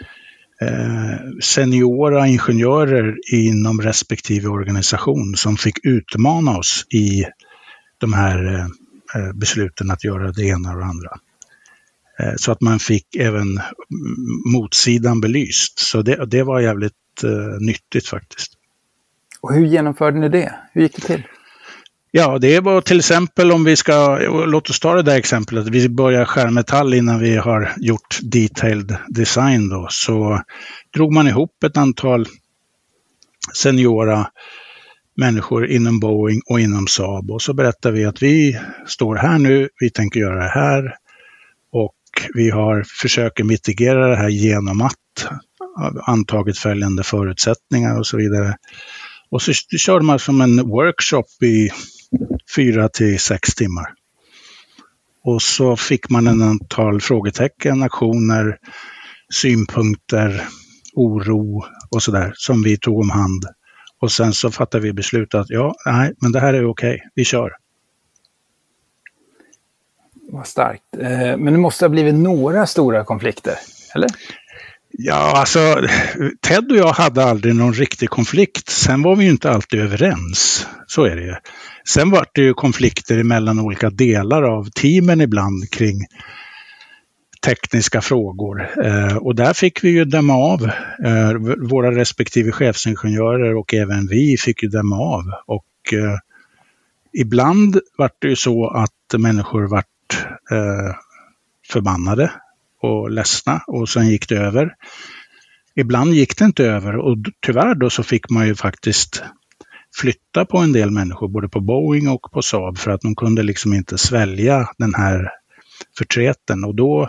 [SPEAKER 1] seniora ingenjörer inom respektive organisation som fick utmana oss i de här besluten att göra det ena och det andra. Så att man fick även motsidan belyst. Så det var jävligt nyttigt faktiskt.
[SPEAKER 2] Och hur genomförde ni det? Hur gick det till?
[SPEAKER 1] Ja, det var till exempel om vi ska, låt oss ta det där exemplet, vi börjar skära metall innan vi har gjort detailed design då, så drog man ihop ett antal seniora människor inom Boeing och inom Saab och så berättar vi att vi står här nu, vi tänker göra det här och vi försöker mitigera det här genom att antagit följande förutsättningar och så vidare. Och så körde man som en workshop i 4 till 6 timmar. Och så fick man en antal frågetecken, aktioner, synpunkter, oro och sådär som vi tog om hand. Och sen så fattade vi beslut att men det här är okej, vi kör.
[SPEAKER 2] Vad starkt. Men det måste ha blivit några stora konflikter, eller?
[SPEAKER 1] Ja, alltså Ted och jag hade aldrig någon riktig konflikt. Sen var vi ju inte alltid överens. Så är det ju. Sen var det ju konflikter mellan olika delar av teamen ibland kring tekniska frågor. Och där fick vi ju döma av. Våra respektive chefsingenjörer och även vi fick ju döma av. Och ibland var det ju så att människor vart förbannade och ledsna och sen gick det över. Ibland gick det inte över och tyvärr då så fick man ju faktiskt flytta på en del människor både på Boeing och på Saab för att de kunde liksom inte svälja den här förtreten. Och då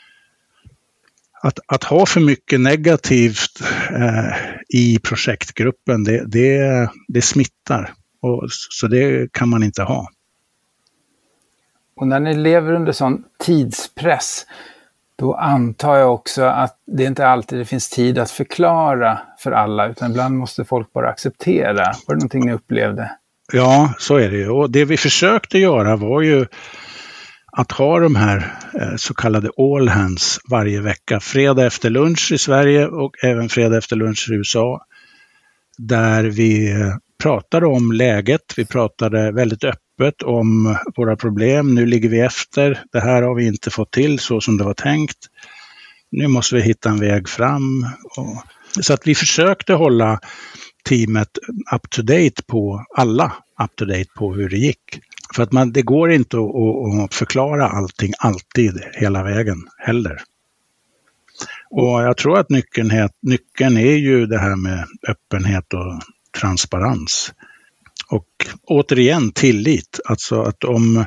[SPEAKER 1] att ha för mycket negativt i projektgruppen det smittar och så det kan man inte ha.
[SPEAKER 2] Och när ni lever under sån tidspress, då antar jag också att det inte alltid det finns tid att förklara för alla, utan ibland måste folk bara acceptera. Var det någonting ni upplevde?
[SPEAKER 1] Ja, så är det ju. Och det vi försökte göra var ju att ha de här så kallade all hands varje vecka. Fredag efter lunch i Sverige och även fredag efter lunch i USA. Där vi pratade om läget, vi pratade väldigt öppet om våra problem. Nu ligger vi efter, det här har vi inte fått till så som det var tänkt. Nu måste vi hitta en väg fram. Så att vi försökte hålla teamet up to date på hur det gick. För att det går inte att förklara allting alltid hela vägen heller. Och jag tror att nyckeln är ju det här med öppenhet och transparens. Och återigen tillit. Alltså att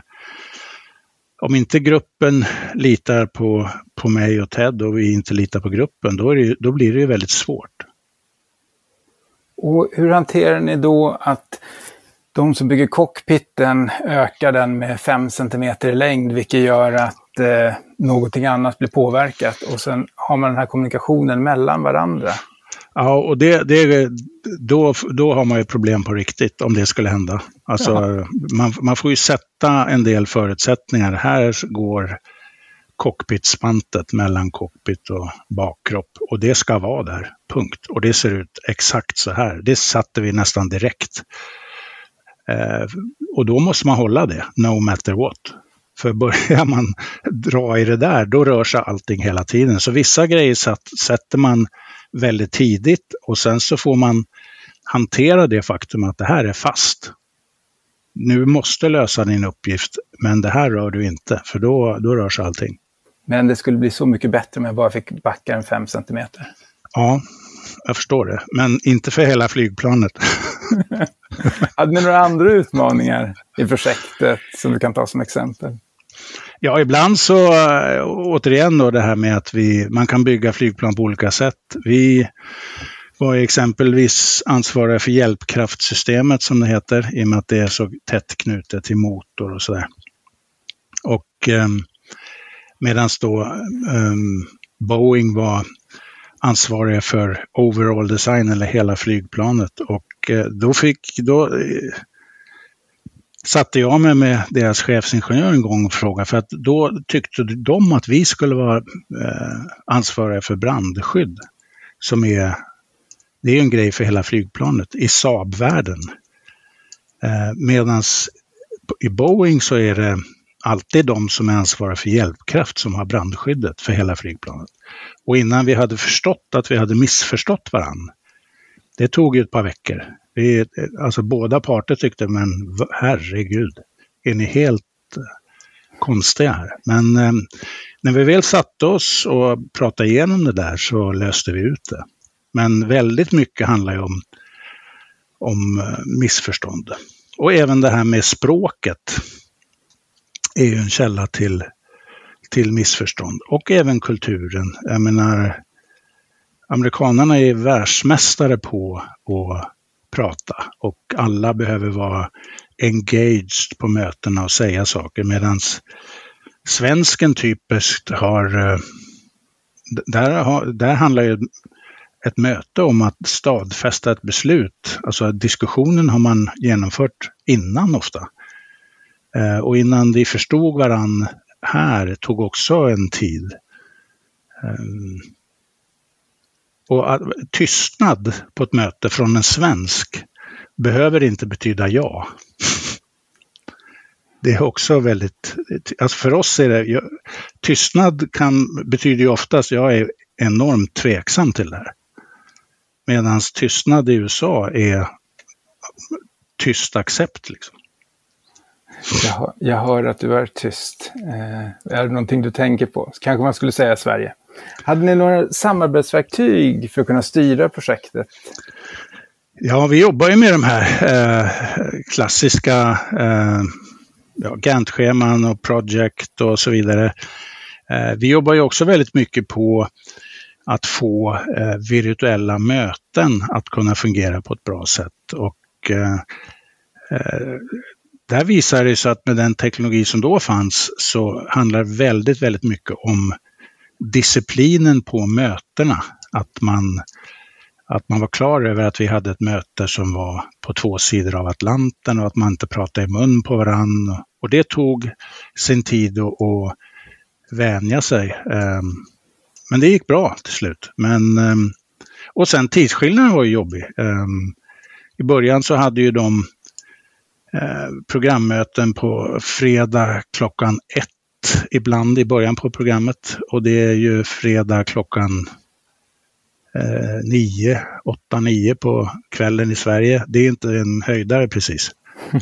[SPEAKER 1] om inte gruppen litar på mig och Ted och vi inte litar på gruppen, då blir det ju väldigt svårt.
[SPEAKER 2] Och hur hanterar ni då att de som bygger cockpiten ökar den med 5 centimeter i längd, vilket gör att någonting annat blir påverkat och sen har man den här kommunikationen mellan varandra? Ja, och
[SPEAKER 1] då har man ju problem på riktigt om det skulle hända. Alltså, man får ju sätta en del förutsättningar. Här går cockpitspantet mellan cockpit och bakkropp och det ska vara där, punkt. Och det ser ut exakt så här. Det satte vi nästan direkt. Och då måste man hålla det, no matter what. För börjar man dra i det där, då rör sig allting hela tiden. Så vissa grejer sätter man väldigt tidigt och sen så får man hantera det faktum att det här är fast. Nu måste lösa din uppgift, men det här rör du inte, för då rör sig allting.
[SPEAKER 2] Men det skulle bli så mycket bättre om jag bara fick backa en 5 centimeter.
[SPEAKER 1] Ja, jag förstår det. Men inte för hela flygplanet.
[SPEAKER 2] Hade ni några andra utmaningar i projektet som du kan ta som exempel?
[SPEAKER 1] Ja, ibland så återigen då det här med att man kan bygga flygplan på olika sätt. Vi var exempelvis ansvariga för hjälpkraftsystemet som det heter, i och med att det är så tätt knutet till motor och sådär. Och medan då Boeing var ansvariga för overall design eller hela flygplanet och då satte jag mig med deras chefsingenjör en gång och frågade, för att då tyckte de att vi skulle vara ansvariga för brandskydd som det är en grej för hela flygplanet i Saab-världen. Medan i Boeing så är det alltid de som är ansvariga för hjälpkraft som har brandskyddet för hela flygplanet. Och innan vi hade förstått att vi hade missförstått varann, det tog ju ett par veckor. Alltså båda parter tyckte, men herregud, är ni helt konstiga här? Men när vi väl satte oss och pratade igenom det där så löste vi ut det. Men väldigt mycket handlar ju om missförstånd. Och även det här med språket är ju en källa till missförstånd. Och även kulturen. Jag menar, amerikanerna är världsmästare på att prata. Och alla behöver vara engaged på mötena och säga saker. Medan svensken typiskt där handlar ju ett möte om att stadfästa ett beslut. Alltså diskussionen har man genomfört innan ofta. Och innan vi förstod varann här tog också en tid. Och tystnad på ett möte från en svensk behöver inte betyda ja. Det är också väldigt, alltså för oss är det, tystnad betyder ju oftast jag är enormt tveksam till det här. Medan tystnad i USA är tyst accept liksom.
[SPEAKER 2] Jag hör att du är tyst. Är det någonting du tänker på? Kanske man skulle säga Sverige. Hade ni några samarbetsverktyg för att kunna styra projektet?
[SPEAKER 1] Ja, vi jobbar ju med de här klassiska Gantt-scheman och project och så vidare. Vi jobbar ju också väldigt mycket på att få virtuella möten att kunna fungera på ett bra sätt. Och där visar det sig att med den teknologi som då fanns så handlar väldigt, väldigt mycket om disciplinen på mötena. Att man var klar över att vi hade ett möte som var på 2 sidor av Atlanten och att man inte pratade i mun på varann. Och det tog sin tid att vänja sig. Men det gick bra till slut. Och sen tidsskillnaden var ju jobbig. I början så hade ju de programmöten på fredag klockan 1 ibland i början på programmet. Och det är ju fredag klockan 8-9 på kvällen i Sverige. Det är inte en höjdare precis.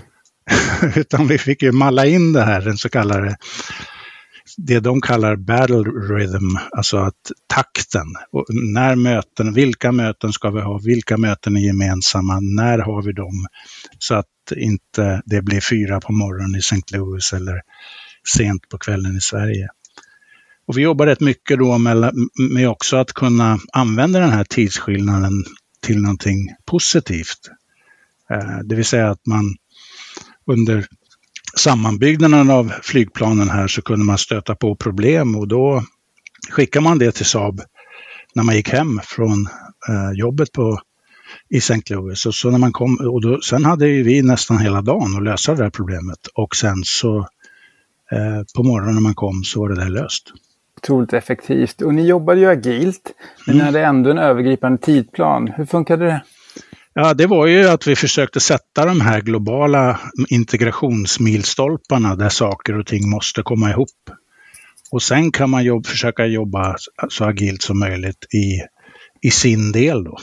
[SPEAKER 1] Utan vi fick ju malla in det här, den så kallade, det de kallar battle rhythm, alltså att takten. Och när möten, vilka möten ska vi ha, vilka möten är gemensamma, när har vi dem, så att inte det blir 4 på morgonen i St. Louis eller sent på kvällen i Sverige. Och vi jobbar rätt mycket då med också att kunna använda den här tidsskillnaden till någonting positivt. Det vill säga att man under sammanbyggnaden av flygplanen här så kunde man stöta på problem och då skickar man det till Saab när man gick hem från jobbet i St. Louis. Och så när man kom, och sen hade ju vi nästan hela dagen att lösa det här problemet. Och sen så på morgonen när man kom så var det där löst.
[SPEAKER 2] Otroligt effektivt. Och ni jobbade ju agilt, men ni hade ändå en övergripande tidplan. Hur funkade det?
[SPEAKER 1] Ja, det var ju att vi försökte sätta de här globala integrationsmilstolparna där saker och ting måste komma ihop. Och sen kan man försöka jobba så agilt som möjligt i sin del då.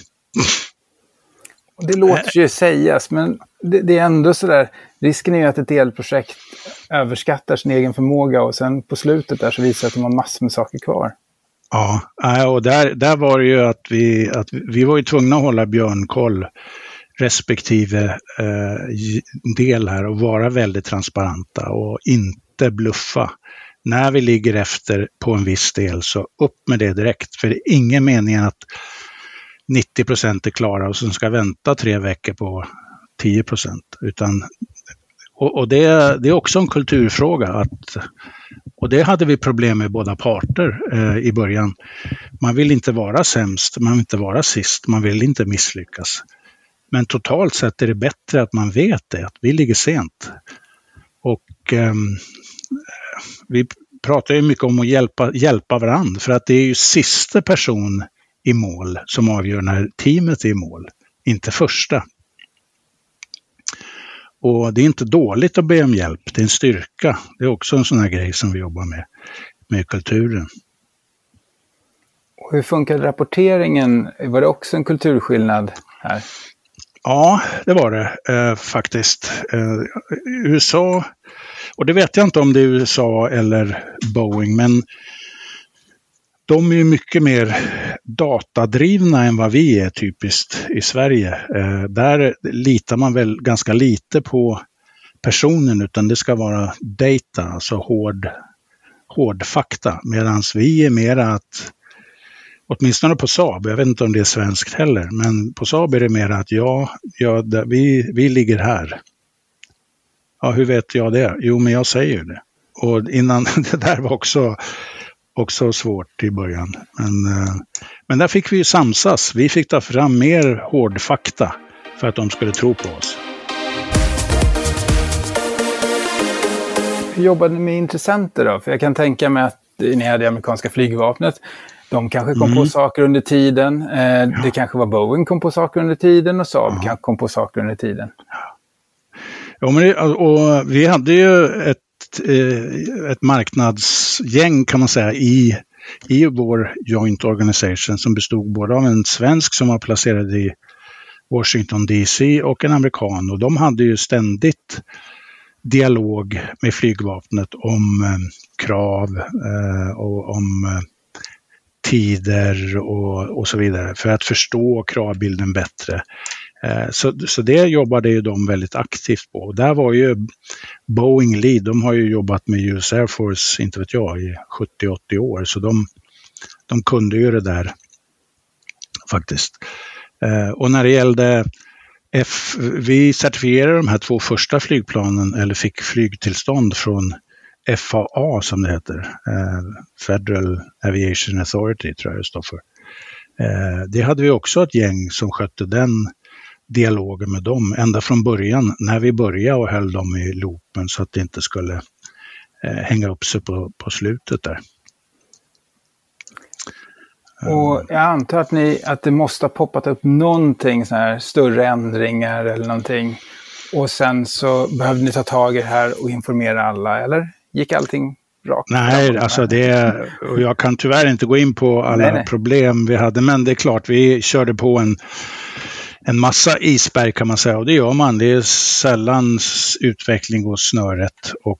[SPEAKER 2] Det låter ju sägas, men det är ändå sådär, risken är ju att ett delprojekt överskattar sin egen förmåga och sen på slutet där så visar att de har massor med saker kvar.
[SPEAKER 1] Ja, och där var det ju att vi var ju tvungna att hålla björnkoll respektive del här och vara väldigt transparenta och inte bluffa. När vi ligger efter på en viss del så upp med det direkt, för det är ingen mening att 90% är klara och sen ska vänta 3 veckor på 10%. Och det är också en kulturfråga. Och det hade vi problem med båda parter i början. Man vill inte vara sämst, man vill inte vara sist, man vill inte misslyckas. Men totalt sett är det bättre att man vet det, att vi ligger sent. Och vi pratar ju mycket om att hjälpa varandra, för att det är ju sista person i mål som avgör när teamet är i mål, inte första. Och det är inte dåligt att be om hjälp, det är en styrka. Det är också en sån här grej som vi jobbar med kulturen.
[SPEAKER 2] Och hur funkar rapporteringen? Var det också en kulturskillnad här?
[SPEAKER 1] Ja, det var det faktiskt. USA, och det vet jag inte om det är USA eller Boeing, men de är ju mycket mer datadrivna än vad vi är typiskt i Sverige. Där litar man väl ganska lite på personen, utan det ska vara data, alltså hård fakta. Medan vi är mera att, åtminstone på Saab, jag vet inte om det är svenskt heller, men på Saab är det mera att vi ligger här. Ja, hur vet jag det? Jo, men jag säger ju det. Och innan det där var också svårt i början. Men där fick vi ju samsas. Vi fick ta fram mer hårdfakta för att de skulle tro på oss.
[SPEAKER 2] Hur jobbade ni med intressenter då? För jag kan tänka mig att ni hade amerikanska flygvapnet. De kanske kom på saker under tiden. Det kanske var Boeing kom på saker under tiden och Saab kanske kom på saker under tiden.
[SPEAKER 1] Ja, men och vi hade ju ett marknadsgäng kan man säga i vår joint organization som bestod både av en svensk som var placerad i Washington DC och en amerikan, och de hade ju ständigt dialog med flygvapnet om krav och om tider och så vidare för att förstå kravbilden bättre. Så det jobbade ju de väldigt aktivt på. Och där var ju Boeing Lead, de har ju jobbat med US Air Force, inte vet jag, i 70-80 år. Så de kunde ju det där faktiskt. Och när det gällde vi certifierade de här 2 första flygplanen, eller fick flygtillstånd från FAA som det heter. Federal Aviation Authority tror jag det står för. Det hade vi också ett gäng som skötte den dialogen med dem ända från början när vi började och höll dem i loopen så att det inte skulle hänga upp sig på slutet där.
[SPEAKER 2] Och jag antar att det måste ha poppat upp någonting så här större ändringar eller någonting. Och sen så behövde ni ta tag i det här och informera alla, eller? Gick allting rakt?
[SPEAKER 1] Nej, alltså och jag kan tyvärr inte gå in på alla problem vi hade, men det är klart vi körde på en massa isberg kan man säga, och det gör man. Det är sällan utveckling går snöret och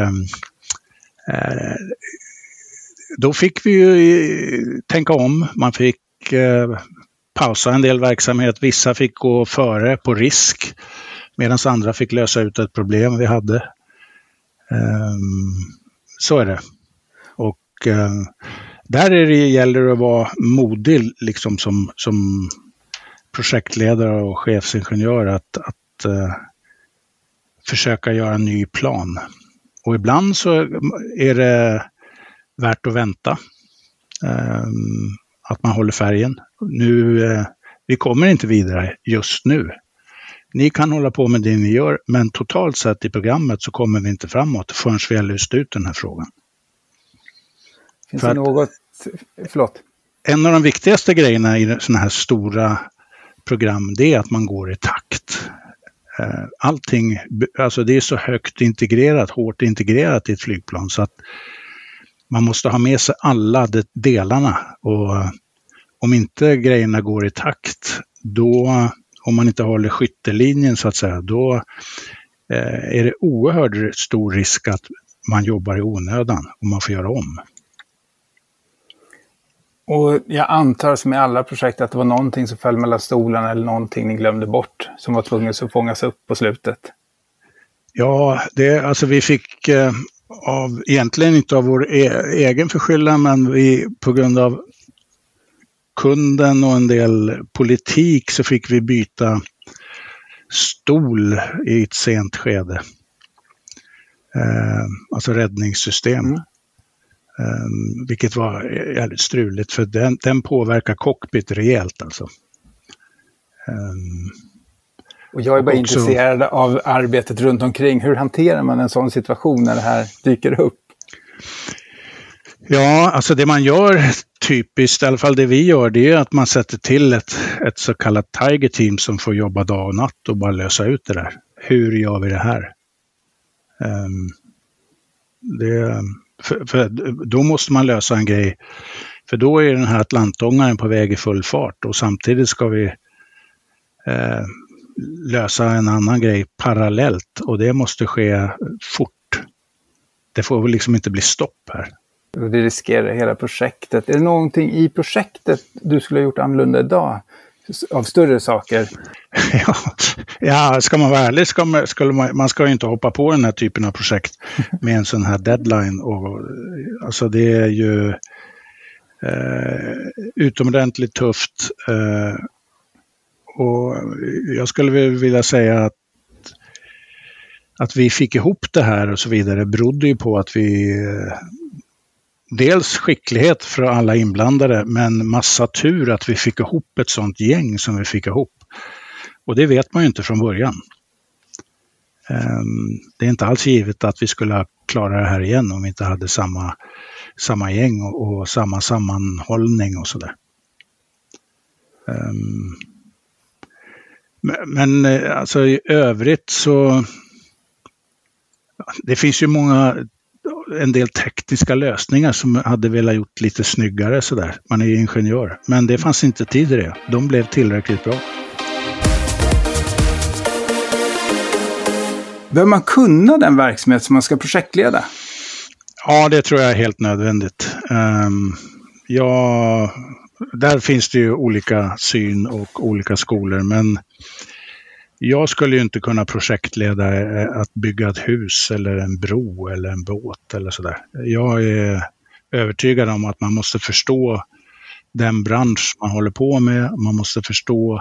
[SPEAKER 1] då fick vi ju tänka om. Man fick pausa en del verksamhet. Vissa fick gå före på risk medan andra fick lösa ut ett problem vi hade. Så är det. Och där gäller det att vara modig liksom som projektledare och chefsingenjör att försöka göra en ny plan. Och ibland så är det värt att vänta. Att man håller färgen. Vi kommer inte vidare just nu. Ni kan hålla på med det ni gör, men totalt sett i programmet så kommer vi inte framåt förrän vi har löst ut den här frågan.
[SPEAKER 2] Finns det något... Förlåt.
[SPEAKER 1] En av de viktigaste grejerna i sådana här stora program, det är att man går i takt. Allting, alltså det är så högt integrerat, hårt integrerat i ett flygplan så att man måste ha med sig alla delarna, och om inte grejerna går i takt, då, om man inte håller skyttelinjen så att säga, då är det oerhört stor risk att man jobbar i onödan och man får göra om.
[SPEAKER 2] Och jag antar som i alla projekt att det var någonting som föll mellan stolarna eller någonting ni glömde bort som var tvunget att fångas upp på slutet.
[SPEAKER 1] Ja, alltså vi fick egentligen inte av vår egen förskyllan, men på grund av kunden och en del politik så fick vi byta stol i ett sent skede. Alltså räddningssystem. Vilket var jävligt struligt för den påverkar cockpit rejält alltså.
[SPEAKER 2] Och jag är bara intresserad av arbetet runt omkring. Hur hanterar man en sån situation när det här dyker upp?
[SPEAKER 1] Ja, alltså det man gör typiskt, i alla fall det vi gör, det är att man sätter till ett så kallat Tiger Team som får jobba dag och natt och bara lösa ut det där. Hur gör vi det här? För då måste man lösa en grej. För då är den här Atlantångaren på väg i full fart och samtidigt ska vi lösa en annan grej parallellt, och det måste ske fort. Det får väl liksom inte bli stopp här.
[SPEAKER 2] Och det riskerar hela projektet. Är det någonting i projektet du skulle ha gjort annorlunda idag? Av större saker? Ja, ska man vara ärlig man ska ju inte hoppa på den här typen av projekt med en sån här deadline. Och, alltså det är ju utomordentligt tufft. Och jag skulle vilja säga att vi fick ihop det här och så vidare berodde ju på att vi dels skicklighet för alla inblandade, men massa tur att vi fick ihop ett sånt gäng som vi fick ihop. Och det vet man ju inte från början. Det är inte alls givet att vi skulle klara det här igen om vi inte hade samma gäng och samma sammanhållning och sådär. Men alltså i övrigt så det finns ju en del tekniska lösningar som hade velat gjort lite snyggare sådär. Man är ju ingenjör. Men det fanns inte tid i det. De blev tillräckligt bra. Behöver man kunna den verksamhet som man ska projektleda?
[SPEAKER 1] Ja, det tror jag är helt nödvändigt. Där finns det ju olika syn och olika skolor, men jag skulle ju inte kunna projektleda att bygga ett hus eller en bro eller en båt eller sådär. Jag är övertygad om att man måste förstå den bransch man håller på med. Man måste förstå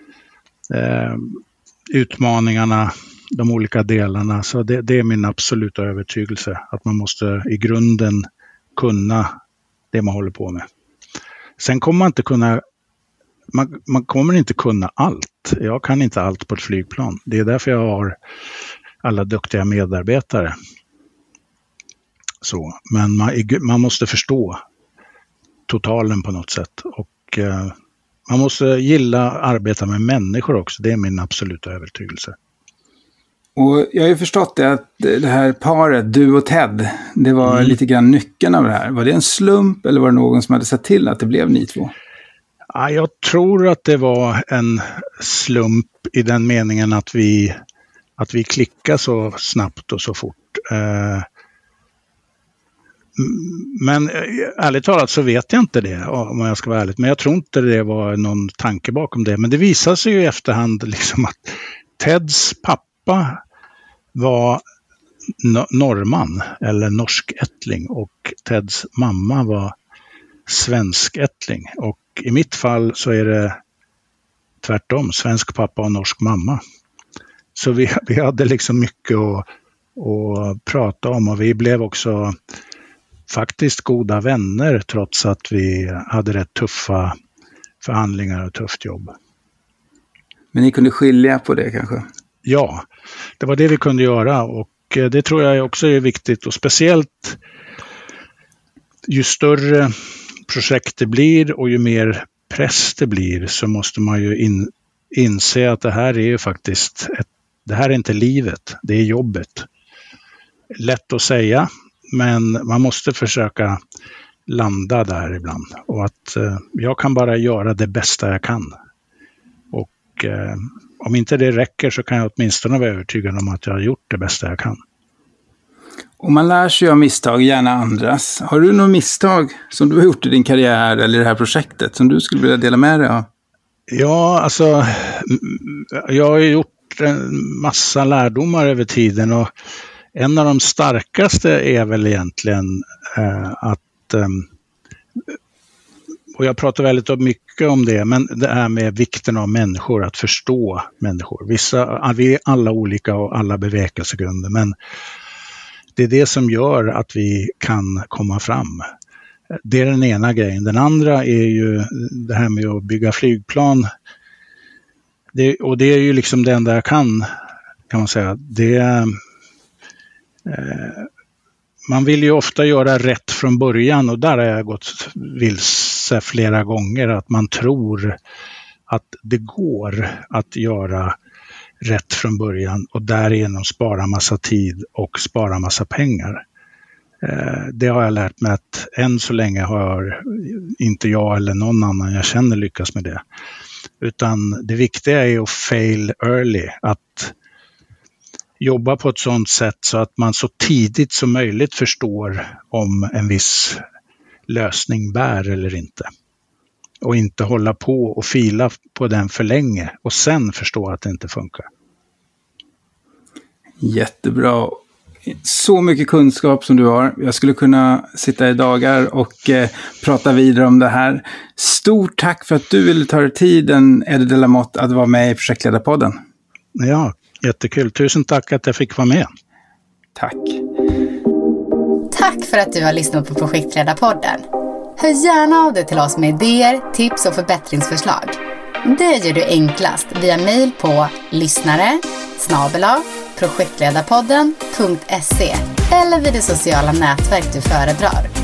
[SPEAKER 1] utmaningarna, de olika delarna. Så det är min absoluta övertygelse, att man måste i grunden kunna det man håller på med. Sen kommer man inte kunna, man kommer inte kunna allt. Jag kan inte allt på ett flygplan. Det är därför jag har alla duktiga medarbetare. Så, men man måste förstå totalen på något sätt. Och man måste gilla att arbeta med människor också. Det är min absoluta övertygelse.
[SPEAKER 2] Och jag har ju förstått det att det här paret, du och Ted, det var lite grann nyckeln av det här. Var det en slump eller var det någon som hade sett till att det blev ni två?
[SPEAKER 1] Ja, jag tror att det var en slump i den meningen att vi klickade så snabbt och så fort. Men ärligt talat så vet jag inte det, om jag ska vara ärlig. Men jag tror inte det var någon tanke bakom det. Men det visade sig ju i efterhand liksom att Teds pappa var norrman eller norskättling och Teds mamma var svenskättling. Och i mitt fall så är det tvärtom, svensk pappa och norsk mamma. Så vi hade liksom mycket att prata om, och vi blev också faktiskt goda vänner trots att vi hade rätt tuffa förhandlingar och tufft jobb.
[SPEAKER 2] Men ni kunde skilja på det kanske?
[SPEAKER 1] Ja, det var det vi kunde göra, och det tror jag också är viktigt, och speciellt ju större projekt det blir och ju mer press det blir, så måste man ju inse att det här är ju faktiskt det här är inte livet, det är jobbet. Lätt att säga, men man måste försöka landa där ibland, och att jag kan bara göra det bästa jag kan. Och om inte det räcker så kan jag åtminstone vara övertygad om att jag har gjort det bästa jag kan.
[SPEAKER 2] Och man lär sig av misstag, gärna andras. Har du några misstag som du har gjort i din karriär eller i det här projektet som du skulle vilja dela med dig av?
[SPEAKER 1] Ja, alltså jag har gjort en massa lärdomar över tiden, och en av de starkaste är väl egentligen att, och jag pratar väldigt mycket om det, men det här med vikten av människor, att förstå människor. Vi är alla olika och alla bevekelsegrunder, men det är det som gör att vi kan komma fram. Det är den ena grejen. Den andra är ju det här med att bygga flygplan. Och det är ju liksom det enda jag kan man säga. Man vill ju ofta göra rätt från början, och där har jag gått vilse flera gånger, att man tror att det går att göra rätt från början och därigenom spara massa tid och spara massa pengar. Det har jag lärt mig att än så länge har inte jag eller någon annan jag känner lyckats med det. Utan det viktiga är att fail early, att jobba på ett sådant sätt så att man så tidigt som möjligt förstår om en viss lösning bär eller inte. Och inte hålla på och fila på den för länge och sen förstå att det inte funkar.
[SPEAKER 2] Jättebra. Så mycket kunskap som du har. Jag skulle kunna sitta i dagar och prata vidare om det här. Stort tack för att du ville ta dig tiden, Eddie Delamotte, att vara med i Projektledarpodden.
[SPEAKER 1] Ja, jättekul. Tusen tack att jag fick vara med.
[SPEAKER 2] Tack.
[SPEAKER 3] Tack för att du har lyssnat på Projektledarpodden. Hör gärna av dig till oss med idéer, tips och förbättringsförslag. Det gör du enklast via mejl på lyssnare@projektledarpodden.se eller vid det sociala nätverk du föredrar.